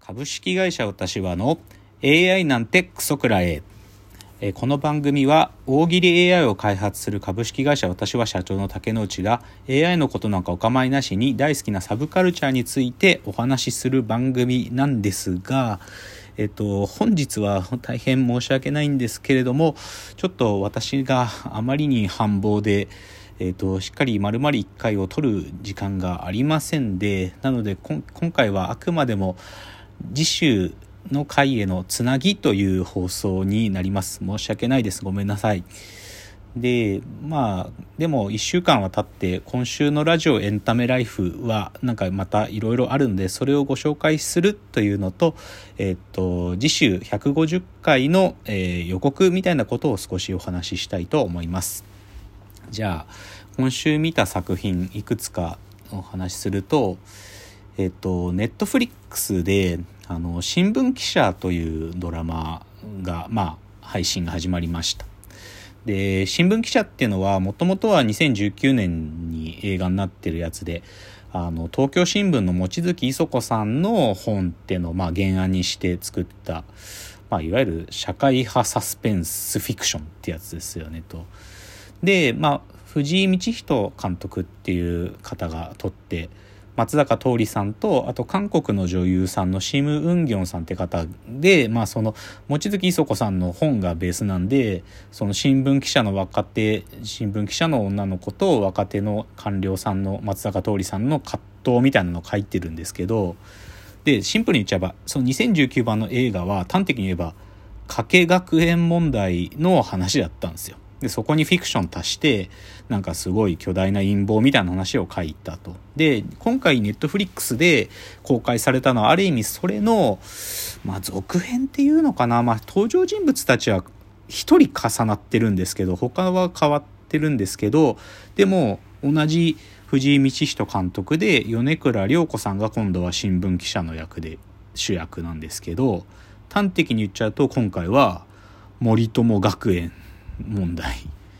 株式会社私はの AI なんてクソくらえ。この番組は大喜利 AI を開発する株式会社私は社長の竹之内が AI のことなんかお構いなしに大好きなサブカルチャーについてお話しする番組なんですが、本日は大変申し訳ないんですけれども、ちょっと私があまりに繁忙でしっかり丸々1回を取る時間がありませんで、なので今回はあくまでも次週の回へのつなぎという放送になります。申し訳ないです。ごめんなさい。でも1週間は経って今週のラジオエンタメライフはなんかまたいろいろあるんで、それをご紹介するというのと、次週150回の、予告みたいなことを少しお話ししたいと思います。じゃあ今週見た作品いくつかお話しすると、ネットフリックスで新聞記者というドラマが配信が始まりました。で、新聞記者っていうのはもともとは2019年に映画になってるやつで、東京新聞の望月磯子さんの本っていうのを原案にして作った、いわゆる社会派サスペンスフィクションってやつですよねと。で、藤井道人監督っていう方が撮って、松坂桃李さんとあと韓国の女優さんのシム・ウンギョンさんって方で、その望月磯子さんの本がベースなんで、その新聞記者の女の子と若手の官僚さんの松坂桃李さんの葛藤みたいなのを書いてるんですけど、でシンプルに言っちゃえばその2019版の映画は端的に言えば加計学園問題の話だったんですよ。でそこにフィクション足してなんかすごい巨大な陰謀みたいな話を書いたと。で今回ネットフリックスで公開されたのはある意味それの続編っていうのかな。登場人物たちは一人重なってるんですけど他は変わってるんですけど、でも同じ藤井道人監督で米倉涼子さんが今度は新聞記者の役で主役なんですけど、端的に言っちゃうと今回は森友学園問題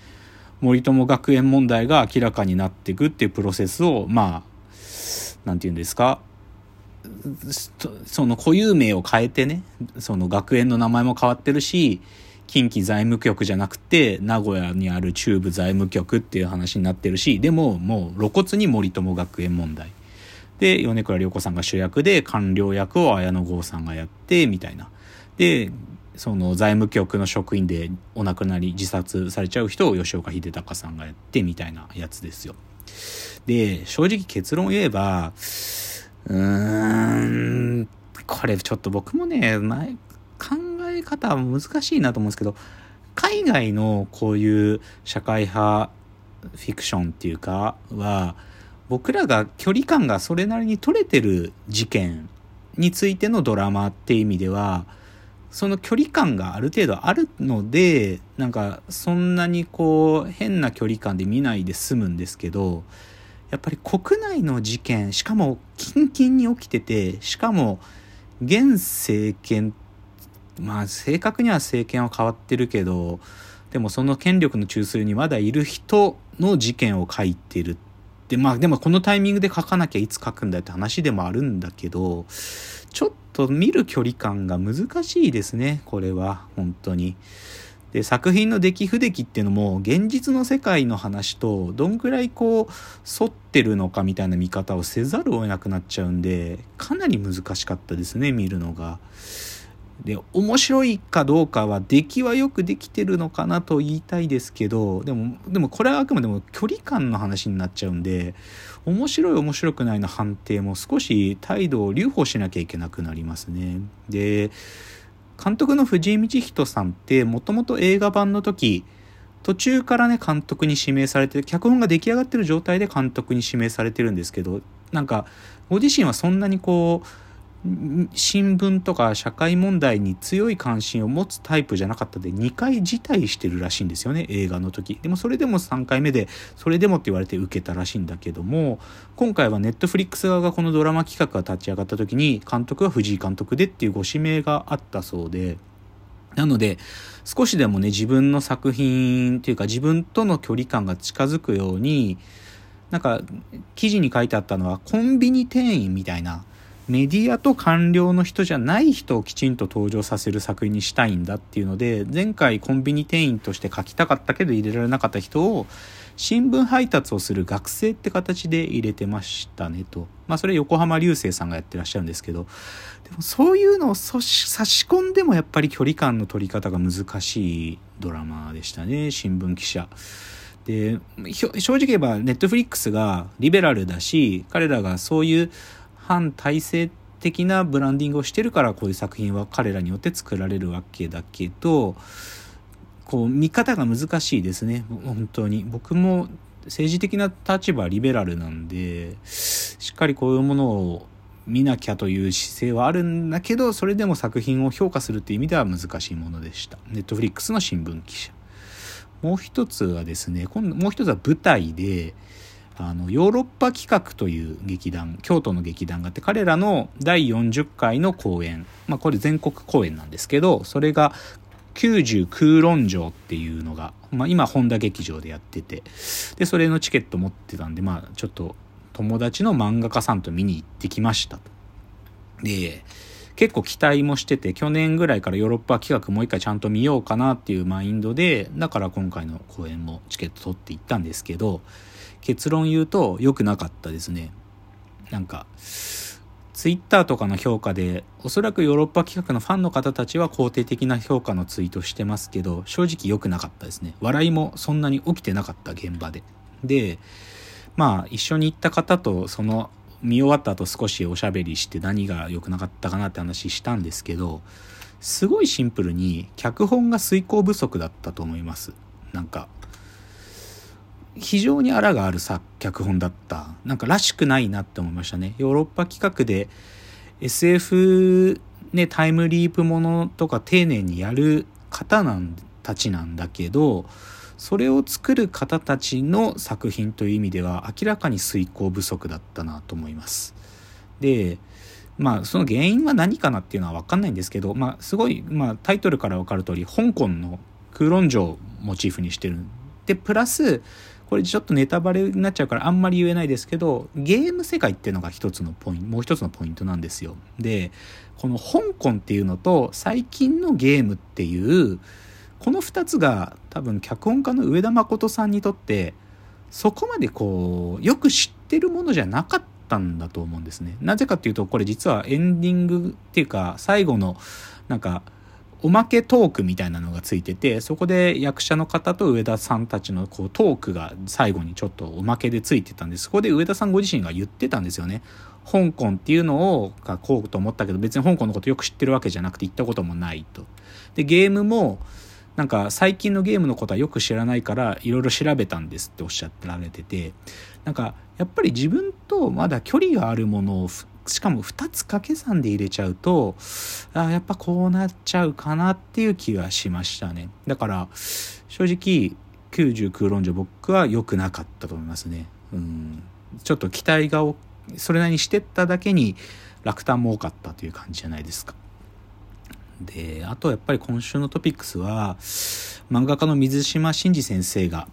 が明らかになっていくっていうプロセスをなんていうんですか、その固有名を変えてね、その学園の名前も変わってるし、近畿財務局じゃなくて名古屋にある中部財務局っていう話になってるし、でももう露骨に森友学園問題で米倉涼子さんが主役で官僚役を綾野剛さんがやってみたいな。でその財務局の職員でお亡くなり自殺されちゃう人を吉岡秀隆さんがやってみたいなやつですよ。で正直結論言えばこれちょっと僕もね考え方は難しいなと思うんですけど、海外のこういう社会派フィクションっていうかは僕らが距離感がそれなりに取れてる事件についてのドラマっていう意味ではその距離感がある程度あるので、なんかそんなに変な距離感で見ないで済むんですけど、やっぱり国内の事件、しかも近々に起きてて、しかも現政権、正確には政権は変わってるけど、でもその権力の中枢にまだいる人の事件を書いてるって、でもこのタイミングで書かなきゃいつ書くんだって話でもあるんだけど、ちょっと見る距離感が難しいですね、これは本当に。で作品の出来不出来っていうのも現実の世界の話とどんくらい沿ってるのかみたいな見方をせざるを得なくなっちゃうんで、かなり難しかったですね、見るのが。で面白いかどうかは出来はよくできてるのかなと言いたいですけど、でもこれはあくまでも距離感の話になっちゃうんで、面白い面白くないの判定も少し態度を留保しなきゃいけなくなりますね。で監督の藤井道人さんってもともと映画版の時途中からね監督に指名されて、脚本が出来上がってる状態で監督に指名されてるんですけど、なんかご自身はそんなに新聞とか社会問題に強い関心を持つタイプじゃなかったで2回辞退してるらしいんですよね、映画の時。でもそれでも3回目でそれでもって言われて受けたらしいんだけども、今回はネットフリックス側がこのドラマ企画が立ち上がった時に監督は藤井監督でっていうご指名があったそうで、なので少しでもね自分の作品っていうか自分との距離感が近づくように、なんか記事に書いてあったのはコンビニ店員みたいなメディアと官僚の人じゃない人をきちんと登場させる作品にしたいんだっていうので、前回コンビニ店員として書きたかったけど入れられなかった人を新聞配達をする学生って形で入れてましたねと。それ横浜流星さんがやってらっしゃるんですけど、でもそういうのを差し込んでもやっぱり距離感の取り方が難しいドラマでしたね、新聞記者。で、正直言えばネットフリックスがリベラルだし、彼らがそういう反体制的なブランディングをしてるからこういう作品は彼らによって作られるわけだけど、見方が難しいですね。本当に僕も政治的な立場はリベラルなんで、しっかりこういうものを見なきゃという姿勢はあるんだけど、それでも作品を評価するっていう意味では難しいものでした。ネットフリックスの新聞記者。もう一つはですね、もう一つは舞台でヨーロッパ企画という劇団、京都の劇団があって、彼らの第40回の公演、これ全国公演なんですけど、それが90空論城っていうのが、今本田劇場でやってて、でそれのチケット持ってたんで、ちょっと友達の漫画家さんと見に行ってきましたと。で結構期待もしてて、去年ぐらいからヨーロッパ企画もう一回ちゃんと見ようかなっていうマインドで、だから今回の公演もチケット取って行ったんですけど、結論言うと良くなかったですね。ツイッターとかの評価でおそらくヨーロッパ企画のファンの方たちは肯定的な評価のツイートしてますけど、正直良くなかったですね。笑いもそんなに起きてなかった、現場で。で一緒に行った方とその見終わった後少しおしゃべりして何が良くなかったかなって話したんですけど、すごいシンプルに脚本が遂行不足だったと思います。非常にあらがある脚本だった。らしくないなって思いましたね。ヨーロッパ企画で SF ね、タイムリープものとか丁寧にやる方たちなんだけど、それを作る方たちの作品という意味では明らかに遂行不足だったなと思います。でその原因は何かなっていうのは分かんないんですけど、すごい、タイトルから分かる通り香港の空論城をモチーフにしてる。でプラスこれちょっとネタバレになっちゃうからあんまり言えないですけど、ゲーム世界っていうのがもう一つのポイントなんですよ。でこの香港っていうのと最近のゲームっていうこの2つが多分脚本家の上田誠さんにとってそこまでよく知ってるものじゃなかったんだと思うんですね。なぜかっていうと、これ実はエンディングっていうか最後のおまけトークみたいなのがついてて、そこで役者の方と上田さんたちのトークが最後にちょっとおまけでついてたんです。そこで上田さんご自身が言ってたんですよね。香港っていうのを書こうと思ったけど、別に香港のことよく知ってるわけじゃなくて行ったこともないと。でゲームも最近のゲームのことはよく知らないからいろいろ調べたんですっておっしゃってられてて、やっぱり自分とまだ距離があるものをしかも2つ掛け算で入れちゃうとやっぱこうなっちゃうかなっていう気がしましたね。だから正直90空論城僕は良くなかったと思いますね。ちょっと期待がそれなりにしてっただけに落胆も多かったという感じじゃないですか。であとやっぱり今週のトピックスは漫画家の水島新司先生が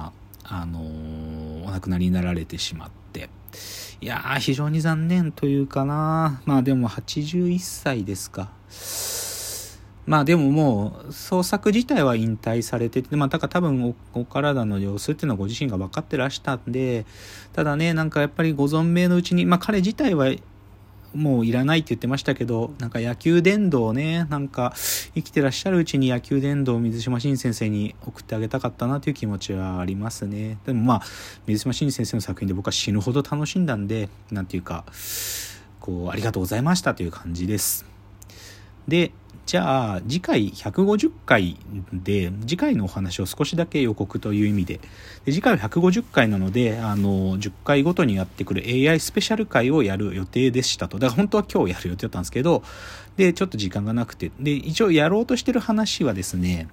お亡くなりになられてしまって、いやー非常に残念というかな。でも81歳ですか。でももう創作自体は引退されてて、だから多分お体の様子っていうのはご自身が分かってらしたんで、ただねやっぱりご存命のうちに彼自体はもういらないって言ってましたけど、野球殿堂をね生きてらっしゃるうちに野球殿堂を水島新司先生に送ってあげたかったなという気持ちはありますね。でも水島新司先生の作品で僕は死ぬほど楽しんだんで、ありがとうございましたという感じです。でじゃあ次回150回で次回のお話を少しだけ予告という意味で、次回は150回なので10回ごとにやってくる AI スペシャル回をやる予定でしたと。だから本当は今日やる予定だったんですけど、でちょっと時間がなくて、で一応やろうとしてる話はですね、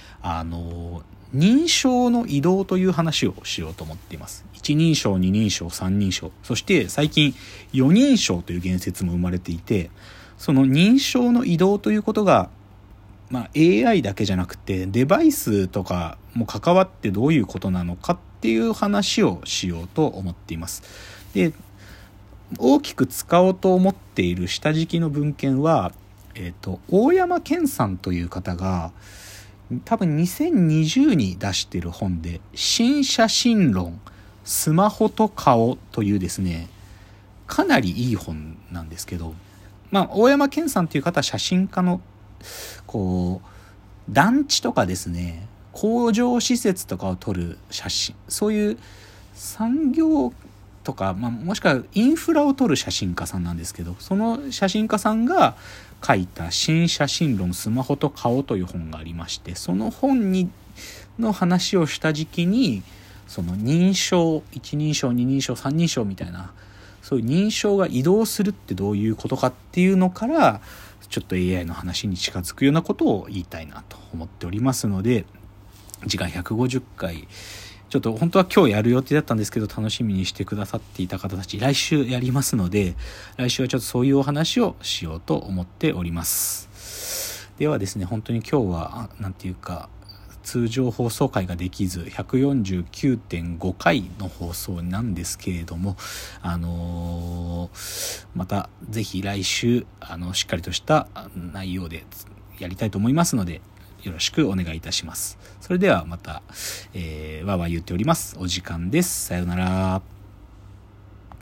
認証の移動という話をしようと思っています。一人称、二人称、三人称、そして最近四人称という言説も生まれていて、その認証の移動ということが、AI だけじゃなくてデバイスとかも関わってどういうことなのかっていう話をしようと思っています。で大きく使おうと思っている下敷きの文献は、大山健さんという方が多分2020に出している本で、新写真論スマホと顔というですね、かなりいい本なんですけど、大山健さんという方は写真家の団地とかですね、工場施設とかを撮る写真、そういう産業とか、もしくはインフラを撮る写真家さんなんですけど、その写真家さんが書いた新写真論スマホと顔という本がありまして、その本の話をした時期に、その認証、一人称、二人称、三人称みたいな、そういう認証が移動するってどういうことかっていうのから、ちょっと AI の話に近づくようなことを言いたいなと思っておりますので、次回150回、ちょっと本当は今日やる予定だったんですけど、楽しみにしてくださっていた方たち、来週やりますので、来週はちょっとそういうお話をしようと思っております。ではですね、本当に今日は通常放送回ができず 149.5 回の放送なんですけれども、またぜひ来週しっかりとした内容でやりたいと思いますので、よろしくお願いいたします。それではまた、わーわー言っております。お時間です。さようなら。